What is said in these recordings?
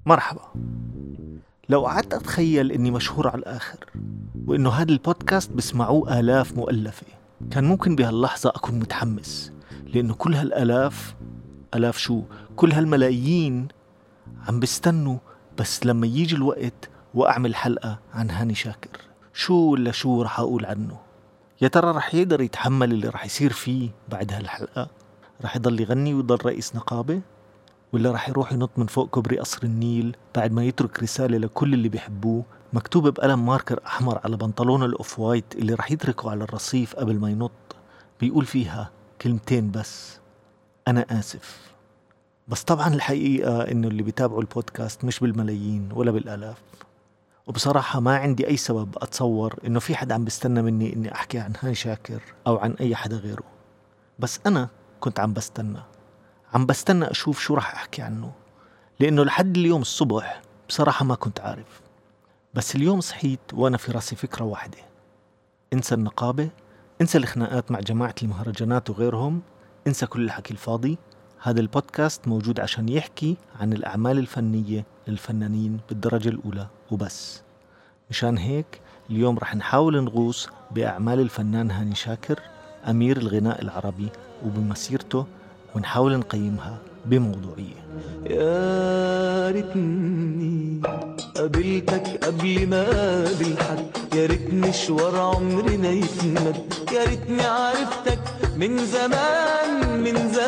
مرحبا. لو قعدت أتخيل إني مشهور على الآخر وإنه هذا البودكاست بسمعوه آلاف مؤلفة، كان ممكن بهاللحظة أكون متحمس، لأنه كل هالآلاف كل هالملايين عم بستنوا بس لما يجي الوقت وأعمل حلقة عن هاني شاكر. شو رح أقول عنه؟ يا ترى رح يقدر يتحمل اللي رح يصير فيه بعد هالحلقة؟ رح يضل يغني ويضل رئيس نقابة؟ ولا رح يروح ينط من فوق كوبري قصر النيل بعد ما يترك رسالة لكل اللي بيحبوه مكتوبة بقلم ماركر أحمر على بنطلون الأوف وايت اللي رح يتركه على الرصيف قبل ما ينط، بيقول فيها كلمتين بس: أنا آسف. بس طبعا الحقيقة إنه اللي بيتابعوا البودكاست مش بالملايين ولا بالآلاف، وبصراحة ما عندي أي سبب أتصور إنه في حد عم بستنى مني إني أحكي عن هاني شاكر أو عن أي حدا غيره. بس أنا كنت عم بستنى أشوف شو رح أحكي عنه، لأنه لحد اليوم الصبح بصراحة ما كنت عارف. بس اليوم صحيت وأنا في راسي فكرة واحدة: انسى النقابة، انسى الخناقات مع جماعة المهرجانات وغيرهم، انسى كل الحكي الفاضي. هذا البودكاست موجود عشان يحكي عن الأعمال الفنية للفنانين بالدرجة الأولى وبس. مشان هيك اليوم رح نحاول نغوص بأعمال الفنان هاني شاكر، أمير الغناء العربي، وبمسيرته، ونحاول نقيمها بموضوعية. يا ريتني قابلتك قبل ما قابل حد، يا ريت مشوار عمرنا يتمد، يا ريتني عرفتك من زمان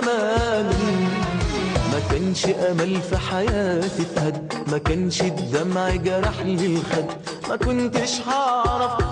ما كانش أمل في حياتي تهد، ما كانش الدمع جرح لي الخد، ما كنتش هعرف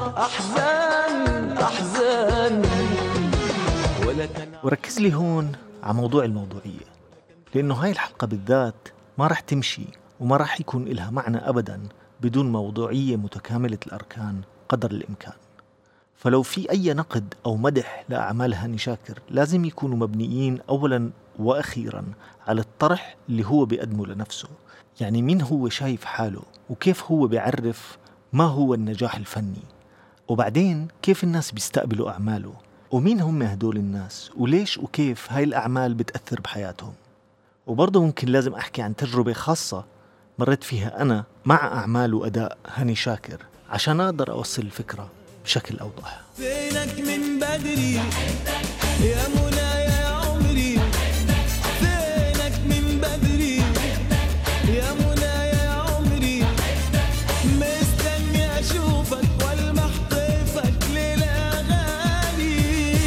أحزان ولا كان. وركز لي هون على موضوع الموضوعية، لأنه هاي الحلقة بالذات ما رح تمشي وما رح يكون إلها معنى أبدا بدون موضوعية متكاملة الأركان قدر الإمكان. فلو في أي نقد أو مدح لأعمال هاني شاكر لازم يكونوا مبنيين أولا وأخيرا على الطرح اللي هو بيقدمه لنفسه، يعني مين هو شايف حاله وكيف هو بيعرف ما هو النجاح الفني، وبعدين كيف الناس بيستقبلوا أعماله، ومين هم هدول الناس وليش وكيف هاي الأعمال بتأثر بحياتهم. وبرضه ممكن لازم أحكي عن تجربة خاصة مرت فيها أنا مع أعمال وأداء هاني شاكر عشان أقدر أوصل الفكرة بشكل أوضح. فينك من بدري يا منى يا عمري، فينك من بدري يا منى يا عمري، مستني أشوفك والمح طيفك للأغاني.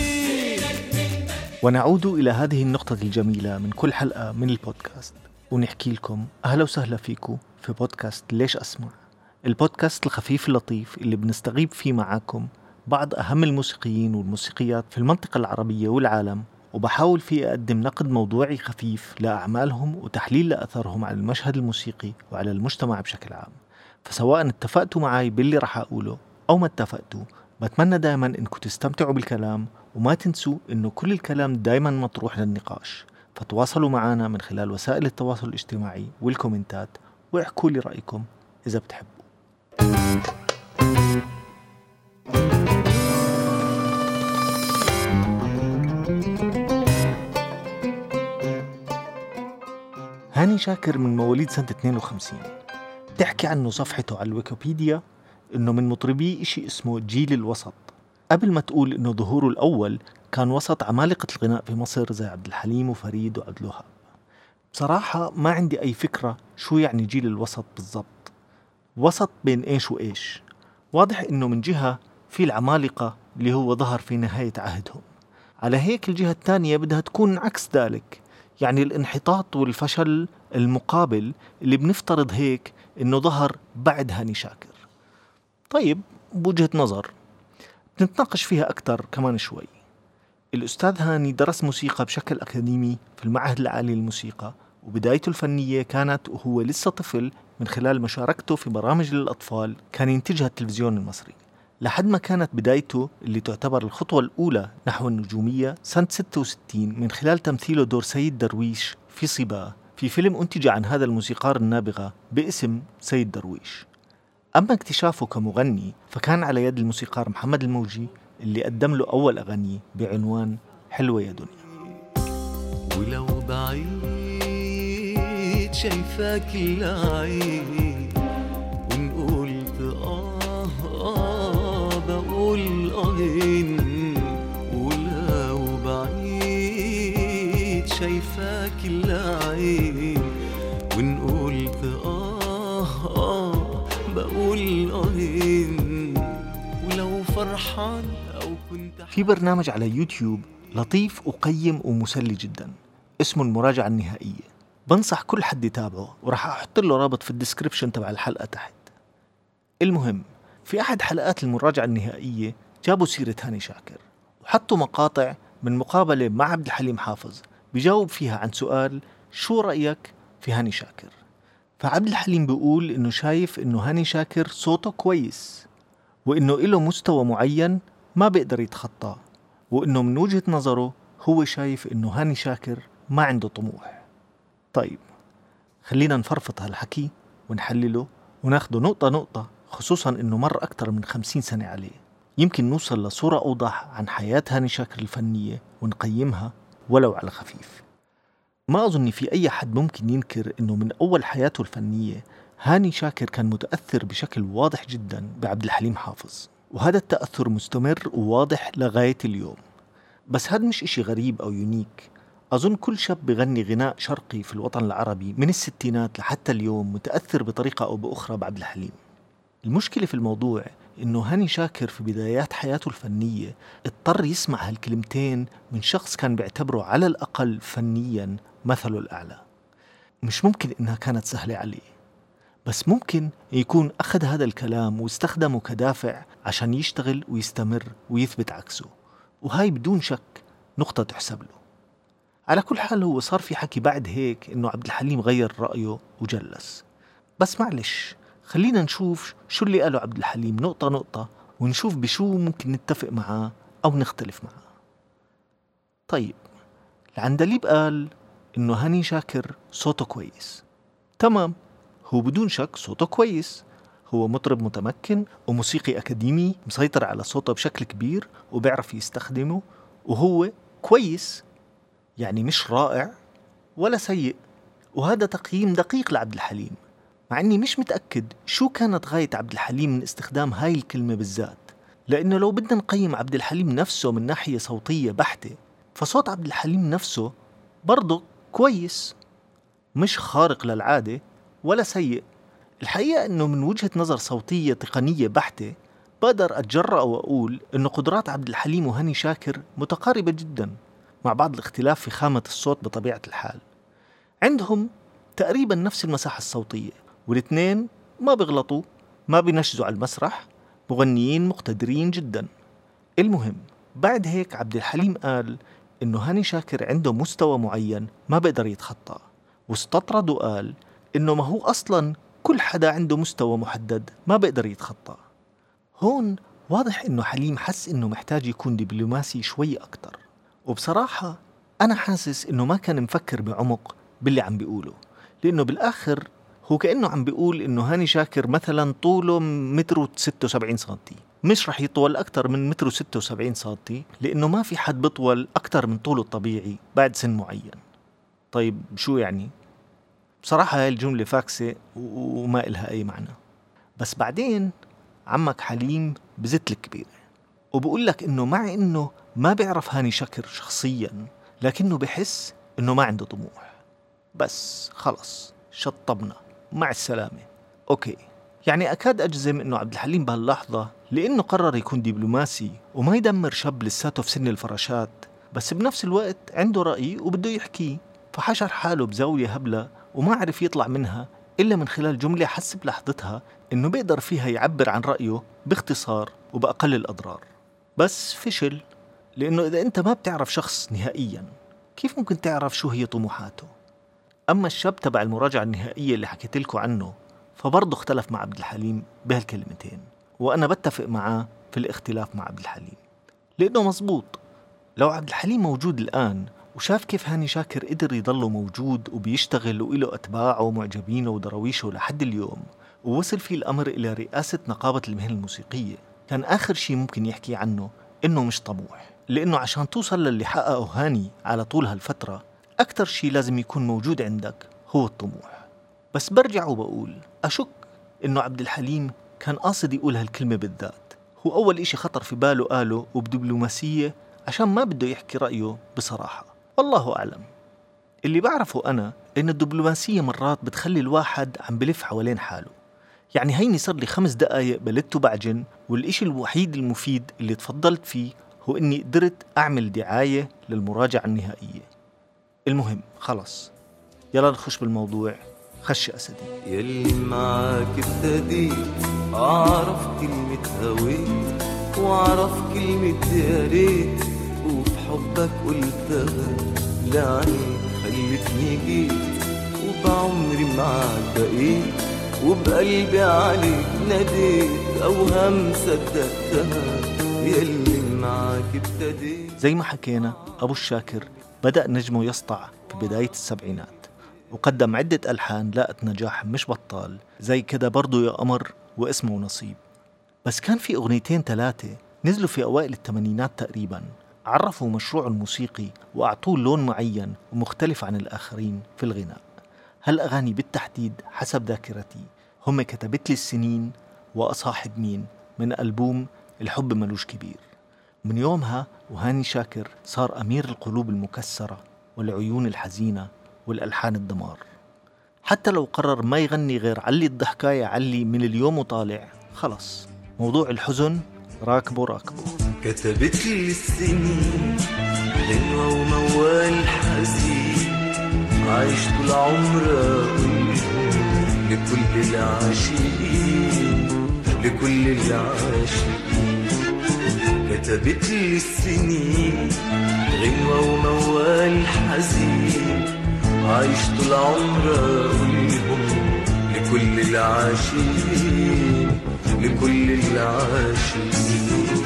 ونعود إلى هذه النقطة الجميلة من كل حلقة من البودكاست ونحكي لكم أهلا وسهلا فيكم في بودكاست ليش أسمع، البودكاست الخفيف اللطيف اللي بنستغيب فيه معاكم بعض أهم الموسيقيين والموسيقيات في المنطقة العربية والعالم، وبحاول فيه أقدم نقد موضوعي خفيف لأعمالهم وتحليل لأثرهم على المشهد الموسيقي وعلى المجتمع بشكل عام. فسواء اتفقتوا معي باللي رح أقوله أو ما اتفقتوا، بتمنى دائما إنكم تستمتعوا بالكلام، وما تنسوا إنه كل الكلام دائما مطروح للنقاش. فتواصلوا معنا من خلال وسائل التواصل الاجتماعي والكومنتات، واحكوا لي رأيكم إذا بتحبوا. هاني شاكر من مواليد سنة 52. تحكي عنه صفحته على الويكيبيديا إنه من مطربي إشي اسمه جيل الوسط، قبل ما تقول إنه ظهوره الأول كان وسط عمالقة الغناء في مصر زي عبد الحليم وفريد وعبد الوهاب. بصراحة ما عندي أي فكرة شو يعني جيل الوسط بالضبط، وسط بين إيش وإيش؟ واضح إنه من جهة في العمالقة اللي هو ظهر في نهاية عهدهم، على هيك الجهة الثانية بدها تكون عكس ذلك، يعني الانحطاط والفشل المقابل اللي بنفترض هيك إنه ظهر بعد هاني شاكر. طيب بوجهة نظر بنتناقش فيها أكتر كمان شوي. الأستاذ هاني درس موسيقى بشكل أكاديمي في المعهد العالي للموسيقى، وبدايته الفنية كانت وهو لسه طفل من خلال مشاركته في برامج للأطفال كان ينتجها التلفزيون المصري، لحد ما كانت بدايته اللي تعتبر الخطوة الأولى نحو النجومية سنة 66 من خلال تمثيله دور سيد درويش في صبا، في فيلم أنتج عن هذا الموسيقار النابغة باسم سيد درويش. أما اكتشافه كمغني فكان على يد الموسيقار محمد الموجي اللي قدم له أول أغاني بعنوان حلوة يا دنيا. ولو بعيد بقيت شايفاك العين، وإن قلت بقول ولو بعيد شايفاك العين، وإن قلت بقول ولو فرحان أو كنت. في برنامج على يوتيوب لطيف وقيم ومسلي جدا اسمه المراجعة النهائية، بنصح كل حد يتابعه، وراح أحط له رابط في الديسكريبشن تبع الحلقة تحت. المهم، في أحد حلقات المراجعة النهائية جابوا سيرة هاني شاكر وحطوا مقاطع من مقابلة مع عبد الحليم حافظ بيجاوب فيها عن سؤال شو رأيك في هاني شاكر. فعبد الحليم بيقول إنه شايف إنه هاني شاكر صوته كويس، وإنه إله مستوى معين ما بيقدر يتخطاه، وإنه من وجهة نظره هو شايف إنه هاني شاكر ما عنده طموح. طيب، خلينا نفرفط هالحكي ونحلله وناخده نقطة نقطة، خصوصاً إنه مر أكتر من 50 سنة عليه. يمكن نوصل لصورة أوضح عن حياة هاني شاكر الفنية ونقيمها ولو على خفيف. ما أظن في أي حد ممكن ينكر إنه من أول حياته الفنية هاني شاكر كان متأثر بشكل واضح جداً بعبد الحليم حافظ، وهذا التأثر مستمر وواضح لغاية اليوم. بس هذا مش إشي غريب أو يونيك. أظن كل شاب بغني غناء شرقي في الوطن العربي من الستينات لحتى اليوم متأثر بطريقة أو بأخرى بعبد الحليم. المشكلة في الموضوع إنه هاني شاكر في بدايات حياته الفنية اضطر يسمع هالكلمتين من شخص كان بيعتبره على الأقل فنياً مثله الأعلى. مش ممكن إنها كانت سهلة عليه، بس ممكن يكون أخذ هذا الكلام واستخدمه كدافع عشان يشتغل ويستمر ويثبت عكسه، وهاي بدون شك نقطة تحسب له. على كل حال، هو صار في حكي بعد هيك إنه عبد الحليم غير رأيه وجلس. بس معلش، خلينا نشوف شو اللي قاله عبد الحليم نقطة نقطة، ونشوف بشو ممكن نتفق معاه أو نختلف معاه. طيب، العندليب قال إنه هاني شاكر صوته كويس. تمام، هو بدون شك صوته كويس، هو مطرب متمكن وموسيقي أكاديمي مسيطر على صوته بشكل كبير وبيعرف يستخدمه، وهو كويس، يعني مش رائع ولا سيء. وهذا تقييم دقيق لعبد الحليم، مع أني مش متأكد شو كانت غاية عبد الحليم من استخدام هاي الكلمة بالذات، لأنه لو بدنا نقيم عبد الحليم نفسه من ناحية صوتية بحتة، فصوت عبد الحليم نفسه برضه كويس، مش خارق للعادة ولا سيء. الحقيقة أنه من وجهة نظر صوتية تقنية بحتة بقدر أتجرأ وأقول أنه قدرات عبد الحليم وهاني شاكر متقاربة جدا، مع بعض الاختلاف في خامة الصوت بطبيعة الحال. عندهم تقريبا نفس المساحة الصوتية، والاثنين ما بيغلطوا، ما بينشزوا على المسرح، مغنيين مقتدرين جدا. المهم، بعد هيك عبد الحليم قال إنه هاني شاكر عنده مستوى معين ما بقدر يتخطاه، واستطرد وقال إنه ما هو أصلا كل حدا عنده مستوى محدد ما بقدر يتخطاه. هون واضح إنه حليم حس إنه محتاج يكون دبلوماسي شوي أكتر، وبصراحة أنا حاسس إنه ما كان مفكر بعمق باللي عم بيقوله، لأنه بالآخر هو كأنه عم بيقول إنه هاني شاكر مثلا طوله 1.76 سنتي، مش رح يطول أكتر من 1.76 سنتي، لأنه ما في حد بيطول أكتر من طوله الطبيعي بعد سن معين. طيب شو يعني؟ بصراحة هاي الجملة فاكسة وما إلها أي معنى. بس بعدين عمك حليم بزت الكبيرة وبقول لك إنه مع إنه ما بيعرف هاني شاكر شخصيا، لكنه بحس إنه ما عنده طموح. بس خلص، شطبنا، مع السلامة. أوكي، يعني أكاد أجزم إنه عبد الحليم بهاللحظة لأنه قرر يكون دبلوماسي وما يدمر شاب لساته في سن الفراشات، بس بنفس الوقت عنده رأي وبده يحكيه، فحشر حاله بزاوية هبلة وما عرف يطلع منها إلا من خلال جملة حس بلحظتها إنه بيقدر فيها يعبر عن رأيه باختصار وبأقل الأضرار. بس فشل، لأنه إذا أنت ما بتعرف شخص نهائياً، كيف ممكن تعرف شو هي طموحاته؟ أما الشاب تبع المراجعة النهائية اللي حكيت لكم عنه فبرضه اختلف مع عبد الحليم بهالكلمتين، وأنا بتفق معاه في الاختلاف مع عبد الحليم، لأنه مزبوط. لو عبد الحليم موجود الآن وشاف كيف هاني شاكر قدر يضله موجود وبيشتغل وإله أتباعه ومعجبينه ودرويشه لحد اليوم، ووصل فيه الأمر إلى رئاسة نقابة المهن الموسيقية، كان آخر شيء ممكن يحكي عنه إنه مش طموح، لأنه عشان توصل للي حققه هاني على طول هالفترة، أكتر شيء لازم يكون موجود عندك هو الطموح. بس برجع وبقول أشك إنه عبد الحليم كان قاصد يقول هالكلمة بالذات. هو أول إشي خطر في باله قاله وبدبلوماسية عشان ما بده يحكي رأيه بصراحة. والله أعلم. اللي بعرفه أنا إن الدبلوماسية مرات بتخلي الواحد عم بلف حوالين حاله. يعني هيني صار لي 5 دقايق بلت وبعجن، والإشي الوحيد المفيد اللي تفضلت فيه هو إني قدرت أعمل دعاية للمراجعة النهائية. المهم خلص، يلا نخش بالموضوع. خش أسدي. يلي معاك ابتديت أعرف كلمة هويت وأعرف كلمة يا ريت، وفي حبك قلتها لعنيك خلتني جيت، وبعمري معاك بقيت، وبقلبي عليك ناديت، أوهام صدقتها يلي معاك ابتديت. زي ما حكينا، أبو الشاكر بدأ نجمه يسطع في بداية السبعينات، وقدم عدة ألحان لاقت نجاح مش بطال، زي كده برضو يا قمر واسمه نصيب. بس كان في أغنيتين 3 نزلوا في أوائل الثمانينات تقريبا، عرفوا مشروعه الموسيقي وأعطوه لون معين ومختلف عن الآخرين في الغناء. هالأغاني بالتحديد حسب ذاكرتي هم كتبت لي السنين وأصاحب مين من ألبوم الحب ملوش كبير. من يومها وهاني شاكر صار أمير القلوب المكسرة والعيون الحزينة والألحان الدمار. حتى لو قرر ما يغني غير علي الضحكاية علي من اليوم وطالع، خلص موضوع الحزن راكبه. كتبت لي السنين غنوة وموال حزين، عايش طول عمر أقولهم لكل العاشقين، لكل العاشقين. كتبت لي السنين غنوة وموال حزين، عايش طول عمر أقولهم لكل العاشقين، لكل العاشقين.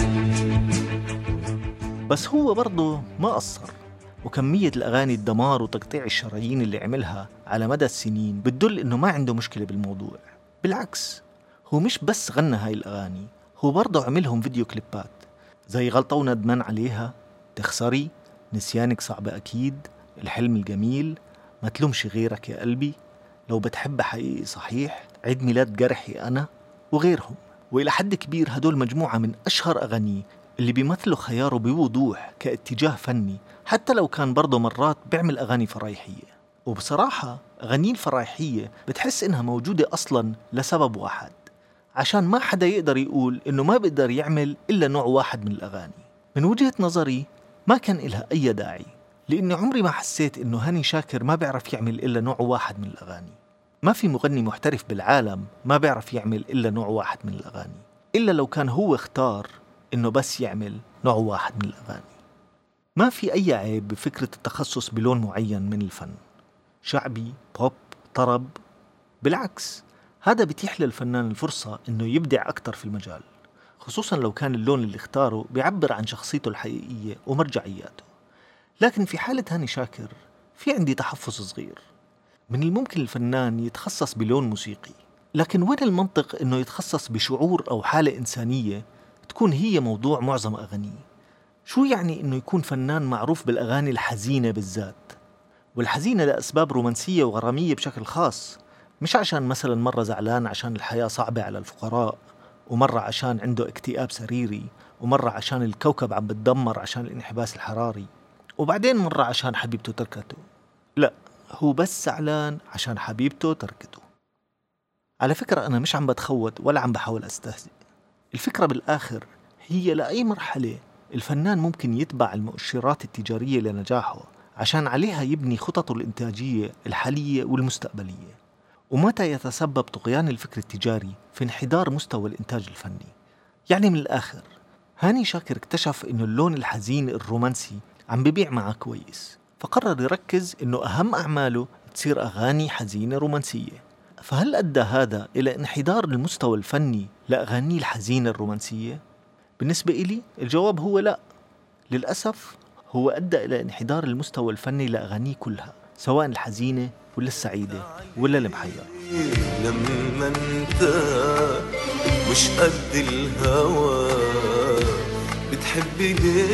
بس هو برضه ما قصر، وكمية الأغاني الدمار وتقطيع الشرايين اللي عملها على مدى السنين بتدل إنه ما عنده مشكلة بالموضوع. بالعكس، هو مش بس غنى هاي الأغاني، هو برضه عملهم فيديو كليبات زي غلطة وندمان عليها، تخسري، نسيانك صعب أكيد، الحلم الجميل، ما تلومش غيرك يا قلبي، لو بتحب حقيقي صحيح، عيد ميلاد جرحي أنا، وغيرهم. وإلى حد كبير هدول مجموعة من أشهر أغانيه اللي بيمثلوا خياره بوضوح كاتجاه فني، حتى لو كان برضه مرات بيعمل أغاني فرايحية. وبصراحة أغانيه الفرايحية بتحس إنها موجودة أصلاً لسبب واحد، عشان ما حدا يقدر يقول إنه ما بيقدر يعمل إلا نوع واحد من الأغاني. من وجهة نظري ما كان إلها أي داعي، لأني عمري ما حسيت إنه هاني شاكر ما بيعرف يعمل إلا نوع واحد من الأغاني. ما في مغني محترف بالعالم ما بيعرف يعمل إلا نوع واحد من الأغاني، إلا لو كان هو اختار إنه بس يعمل نوع واحد من الأغاني. ما في أي عيب بفكرة التخصص بلون معين من الفن، شعبي، بوب، طرب. بالعكس، هذا بيتيح للفنان الفرصة إنه يبدع أكتر في المجال، خصوصا لو كان اللون اللي اختاره بيعبر عن شخصيته الحقيقية ومرجعياته. لكن في حالة هاني شاكر في عندي تحفظ صغير. من الممكن الفنان يتخصص بلون موسيقي، لكن وين المنطق إنه يتخصص بشعور أو حالة إنسانية تكون هي موضوع معظم أغانيه؟ شو يعني إنه يكون فنان معروف بالأغاني الحزينة بالذات، والحزينة لأسباب رومانسية وغرامية بشكل خاص، مش عشان مثلا مرة زعلان عشان الحياة صعبة على الفقراء، ومرة عشان عنده اكتئاب سريري، ومرة عشان الكوكب عم بتدمر عشان الانحباس الحراري، وبعدين مرة عشان حبيبته تركته. لا، هو بس زعلان عشان حبيبته تركته. على فكرة أنا مش عم بتخوت ولا عم بحاول أستهزئ. الفكرة بالآخر هي لأي مرحلة الفنان ممكن يتبع المؤشرات التجارية لنجاحه عشان عليها يبني خططه الإنتاجية الحالية والمستقبلية. ومتى يتسبب طغيان الفكر التجاري في انحدار مستوى الإنتاج الفني. يعني من الآخر، هاني شاكر اكتشف إنه اللون الحزين الرومانسي عم ببيع معه كويس، فقرر يركز إنه أهم أعماله تصير أغاني حزينة رومانسية. فهل أدى هذا إلى انحدار المستوى الفني لأغاني الحزينة الرومانسية؟ بالنسبة إلي الجواب هو لا. للأسف هو أدى إلى انحدار المستوى الفني لأغانيه كلها، سواء الحزينة ولا السعيدة ولا المحيرة. لما انت مش قد الهوى بتحبي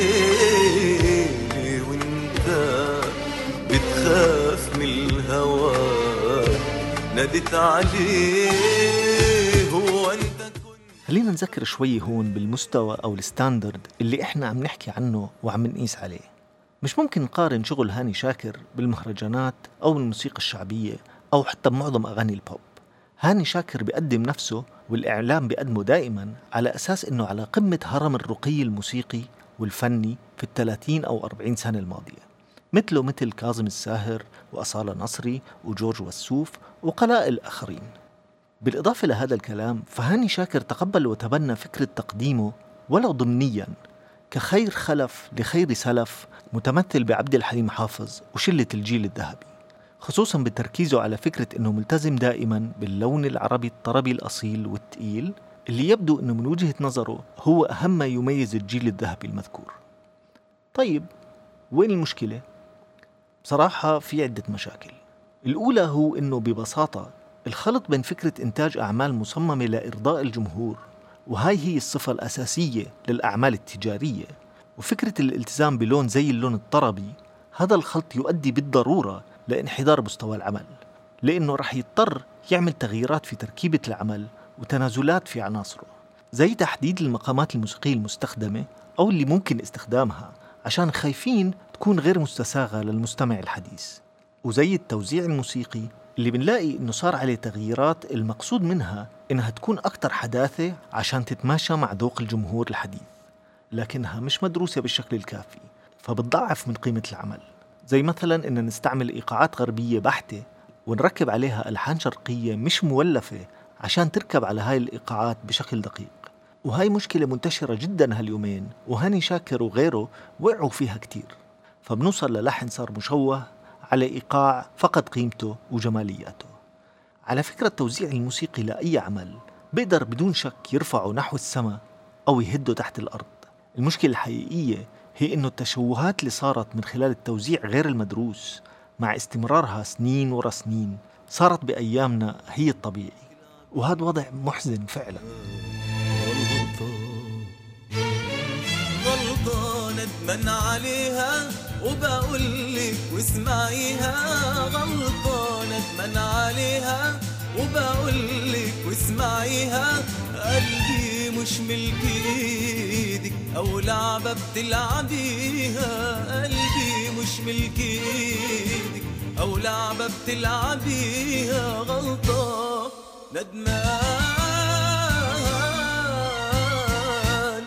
ليه، وانت بتخاف من الهوى نادت عليه هو أنت خلينا نذكر شوي هون بالمستوى أو الستاندرد اللي إحنا عم نحكي عنه وعم نقيس عليه. مش ممكن نقارن شغل هاني شاكر بالمهرجانات أو الموسيقى الشعبية أو حتى بمعظم أغاني البوب. هاني شاكر بيقدم نفسه والإعلام بيقدمه دائما على أساس إنه على قمة هرم الرقي الموسيقي والفني في 30 أو 40 سنة الماضية، مثله مثل كاظم الساهر وأصالة نصري وجورج وسوف وقلائل آخرين. بالإضافة لهذا الكلام، فهاني شاكر تقبل وتبنى فكرة تقديمه ولو ضمنيا كخير خلف لخير سلف، متمثل بعبد الحليم حافظ وشلة الجيل الذهبي، خصوصا بتركيزه على فكرة أنه ملتزم دائما باللون العربي الطربي الأصيل والتقيل، اللي يبدو أنه من وجهة نظره هو أهم ما يميز الجيل الذهبي المذكور. طيب وين المشكلة؟ بصراحة في عدة مشاكل. الأولى هو أنه ببساطة الخلط بين فكرة إنتاج أعمال مصممة لإرضاء الجمهور، وهاي هي الصفة الأساسية للأعمال التجارية، وفكرة الالتزام بلون زي اللون الطربي، هذا الخلط يؤدي بالضرورة لانحدار مستوى العمل، لأنه رح يضطر يعمل تغييرات في تركيبة العمل وتنازلات في عناصره، زي تحديد المقامات الموسيقية المستخدمة أو اللي ممكن استخدامها عشان خايفين تكون غير مستساغة للمستمع الحديث، وزي التوزيع الموسيقي اللي بنلاقي إنه صار عليه تغييرات المقصود منها إنها تكون أكتر حداثة عشان تتماشى مع ذوق الجمهور الحديث، لكنها مش مدروسة بالشكل الكافي فبتضعف من قيمة العمل. زي مثلا إن نستعمل إيقاعات غربية بحتة ونركب عليها ألحان شرقية مش مولفة عشان تركب على هاي الإيقاعات بشكل دقيق، وهاي مشكلة منتشرة جدا هاليومين، وهاني شاكر وغيره وقعوا فيها كتير، فبنوصل للحن صار مشوه على إيقاع فقد قيمته وجمالياته. على فكرة التوزيع الموسيقي لأي عمل بيقدر بدون شك يرفعه نحو السماء أو يهده تحت الأرض. المشكلة الحقيقية هي إنه التشوهات اللي صارت من خلال التوزيع غير المدروس مع استمرارها سنين ورا سنين صارت بأيامنا هي الطبيعي، وهذا وضع محزن فعلا. غلطة ندمن عليها وبقول لك واسمعيها، غلطة ندمن عليها وبقول لك واسمعيها، قلبي مش ملك ايدك او لعبة بتلعبيها، قلبي مش ملك ايدك او لعبة بتلعبيها، غلطة ندمان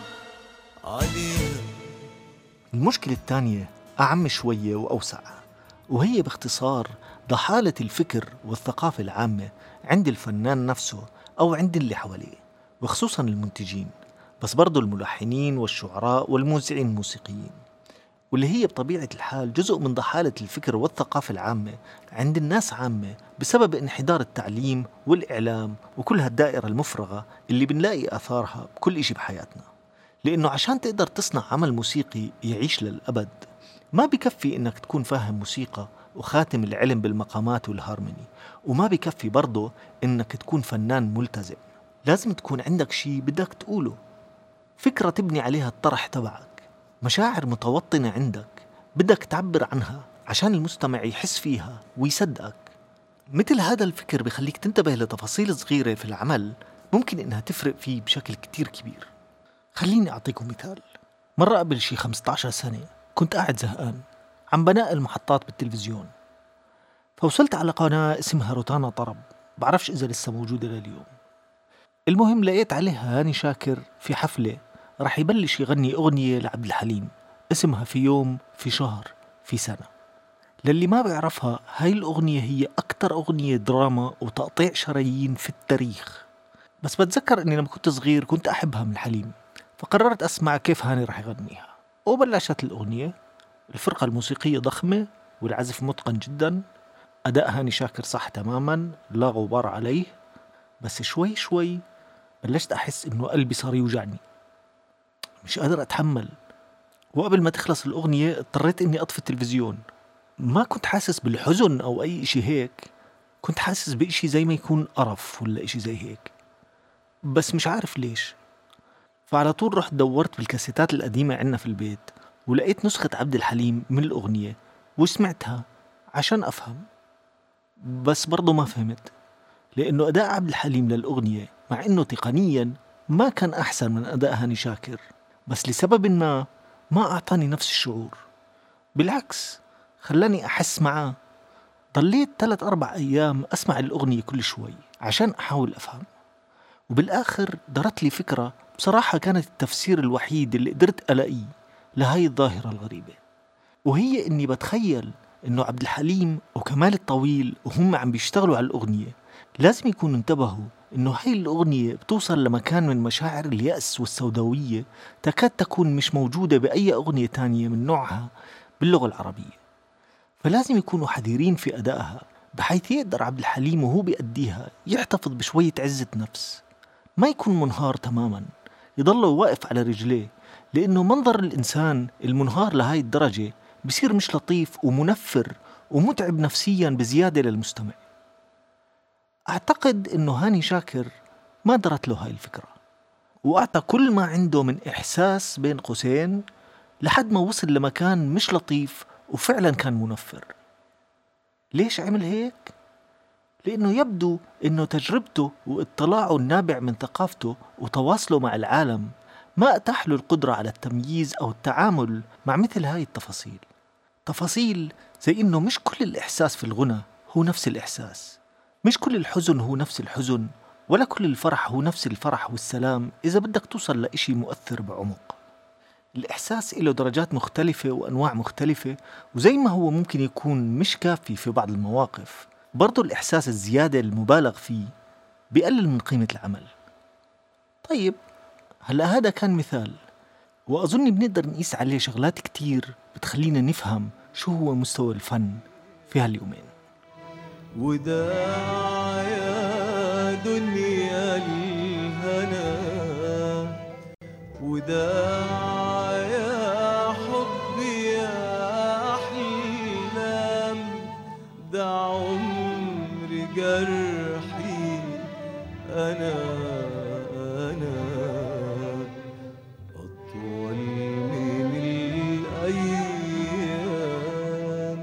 عليها. المشكلة الثانية أعم شوية وأوسع، وهي باختصار ضحالة الفكر والثقافة العامة عند الفنان نفسه أو عند اللي حواليه، وخصوصا المنتجين، بس برضو الملحنين والشعراء والموزعين الموسيقيين، واللي هي بطبيعة الحال جزء من ضحالة الفكر والثقافة العامة عند الناس عامة بسبب انحدار التعليم والإعلام وكل هالدائرة المفرغة اللي بنلاقي آثارها بكل إشي بحياتنا. لأنه عشان تقدر تصنع عمل موسيقي يعيش للأبد ما بكفي إنك تكون فاهم موسيقى وخاتم العلم بالمقامات والهارموني، وما بكفي برضه إنك تكون فنان ملتزم. لازم تكون عندك شي بدك تقوله، فكرة تبني عليها الطرح تبعك، مشاعر متوطنة عندك بدك تعبر عنها عشان المستمع يحس فيها ويصدقك. مثل هذا الفكر بخليك تنتبه لتفاصيل صغيرة في العمل ممكن إنها تفرق فيه بشكل كتير كبير. خليني أعطيكم مثال. مرة قبل شي 15 سنة كنت قاعد زهقان عم بنقل محطات بالتلفزيون، فوصلت على قناة اسمها روتانا طرب، بعرفش إذا لسه موجودة لليوم. المهم لقيت عليها هاني شاكر في حفلة رح يبلش يغني أغنية لعبد الحليم اسمها في يوم في شهر في سنة. للي ما بيعرفها، هاي الأغنية هي أكتر أغنية دراما وتقطيع شرايين في التاريخ، بس بتذكر أني لما كنت صغير كنت أحبها من حليم، فقررت أسمع كيف هاني رح يغنيها. وبلشت الأغنية، الفرقة الموسيقية ضخمة والعزف متقن جدا، أداء هاني شاكر صح تماما لا غبار عليه، بس شوي شوي بلشت أحس إنه قلبي صار يوجعني، مش قادر أتحمل. وقبل ما تخلص الأغنية اضطريت إني أطفي التلفزيون. ما كنت حاسس بالحزن أو أي إشي هيك، كنت حاسس بإشي زي ما يكون قرف ولا إشي زي هيك، بس مش عارف ليش. فعلى طول رحت دورت بالكاسيتات القديمة عنا في البيت ولقيت نسخة عبد الحليم من الأغنية وسمعتها عشان أفهم، بس برضو ما فهمت. لأنه أداء عبد الحليم للأغنية مع أنه تقنياً ما كان أحسن من أداء هاني شاكر، بس لسبب ما أعطاني نفس الشعور. بالعكس خلاني أحس معاه. ضليت 3-4 أيام أسمع الأغنية كل شوي عشان أحاول أفهم، وبالآخر درت لي فكرة بصراحة كانت التفسير الوحيد اللي قدرت ألاقيه لهاي الظاهرة الغريبة، وهي إني بتخيل إنه عبد الحليم وكمال الطويل وهم عم بيشتغلوا على الأغنية لازم يكونوا انتبهوا إنه هاي الأغنية بتوصل لمكان من مشاعر اليأس والسوداوية تكاد تكون مش موجودة بأي أغنية تانية من نوعها باللغة العربية، فلازم يكونوا حذرين في أدائها بحيث يقدر عبد الحليم وهو بيأديها يحتفظ بشوية عزة نفس، ما يكون منهار تماماً، يضله واقف على رجليه، لأنه منظر الإنسان المنهار لهاي الدرجة بصير مش لطيف ومنفر ومتعب نفسياً بزيادة للمستمع. أعتقد إنه هاني شاكر ما درت له هاي الفكرة، وأعطى كل ما عنده من إحساس بين قوسين لحد ما وصل لمكان مش لطيف وفعلاً كان منفر. ليش عمل هيك؟ لأنه يبدو أنه تجربته واطلاعه النابع من ثقافته وتواصله مع العالم ما أتاح له القدرة على التمييز أو التعامل مع مثل هاي التفاصيل. تفاصيل زي أنه مش كل الإحساس في الغنى هو نفس الإحساس، مش كل الحزن هو نفس الحزن، ولا كل الفرح هو نفس الفرح والسلام إذا بدك توصل لإشي مؤثر بعمق. الإحساس له درجات مختلفة وأنواع مختلفة، وزي ما هو ممكن يكون مش كافي في بعض المواقف، برضو الإحساس الزيادة المبالغ فيه بيقلل من قيمة العمل. طيب هلأ هذا كان مثال، وأظن بنقدر نقيس عليه شغلات كتير بتخلينا نفهم شو هو مستوى الفن في هاليومين. وداع يا دنيا الهنا، وداع يا حبي يا أحلام، ده عمر جرحي أنا أطول من الأيام.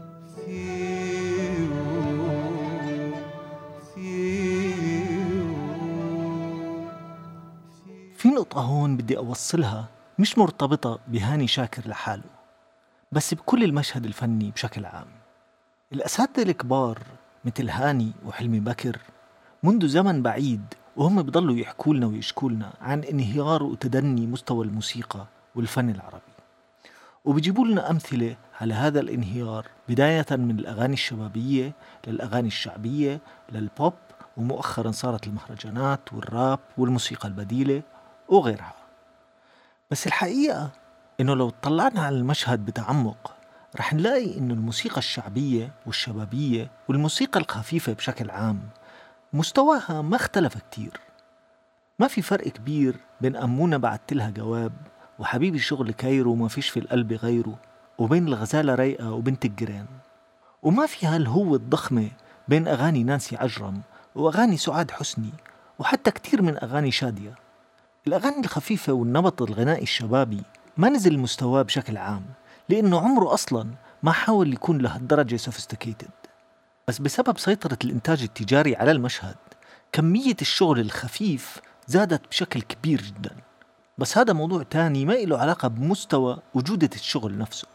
في نقطة هون بدي أوصلها مش مرتبطة بهاني شاكر لحاله، بس بكل المشهد الفني بشكل عام. الأساتذة الكبار مثل هاني وحلمي بكر منذ زمن بعيد وهم بيضلوا يحكوا لنا ويشكوا لنا عن انهيار وتدني مستوى الموسيقى والفن العربي، وبيجيبوا لنا أمثلة على هذا الانهيار بداية من الأغاني الشبابية للأغاني الشعبية للبوب، ومؤخرا صارت المهرجانات والراب والموسيقى البديلة وغيرها. بس الحقيقة إنه لو اطلعنا على المشهد بتعمق رح نلاقي إنه الموسيقى الشعبية والشبابية والموسيقى الخفيفة بشكل عام مستواها ما اختلف كتير. ما في فرق كبير بين أمونة بعتلها جواب وحبيبي شغل كايرو وما فيش في القلب غيره، وبين الغزالة رايقة وبنت الجيران، وما في هالهوة الضخمة بين أغاني نانسي عجرم وأغاني سعاد حسني وحتى كتير من أغاني شادية. الأغاني الخفيفة والنمط الغنائي الشبابي ما نزل مستواه بشكل عام لأنه عمره أصلاً ما حاول يكون لهالدرجة sophisticated، بس بسبب سيطرة الإنتاج التجاري على المشهد كمية الشغل الخفيف زادت بشكل كبير جداً. بس هذا موضوع تاني ما له علاقة بمستوى وجودة الشغل نفسه.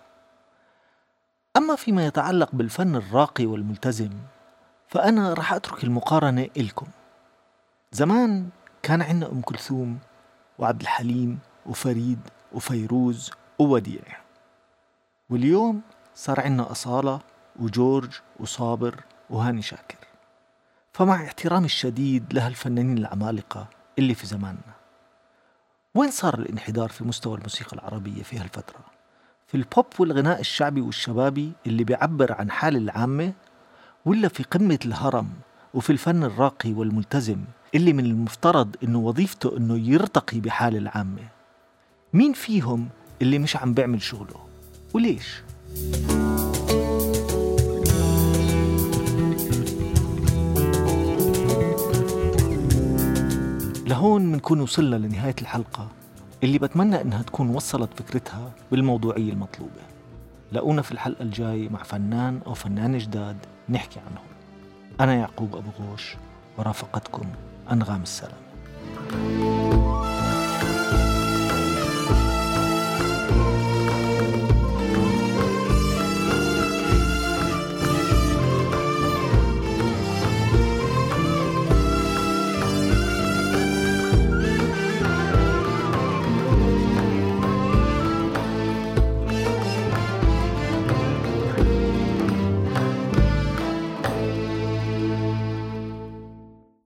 أما فيما يتعلق بالفن الراقي والملتزم فأنا رح أترك المقارنة إلكم. زمان كان عندنا أم كلثوم وعبد الحليم وفريد وفيروز ووديع، واليوم صار عندنا أصالة وجورج وصابر وهاني شاكر. فمع احترامي الشديد لهالفنانين العمالقة اللي في زماننا، وين صار الانحدار في مستوى الموسيقى العربية في هالفترة؟ في البوب والغناء الشعبي والشبابي اللي بيعبر عن حال العامة، ولا في قمة الهرم وفي الفن الراقي والملتزم اللي من المفترض إنه وظيفته إنه يرتقي بحال العامة؟ مين فيهم اللي مش عم بيعمل شغله وليش؟ لهون منكون وصلنا لنهاية الحلقة اللي بتمنى إنها تكون وصلت فكرتها بالموضوعية المطلوبة. لاقونا في الحلقة الجاي مع فنان أو فنانة جداد نحكي عنهم. أنا يعقوب أبو غوش، ورافقتكم أنغام السلام.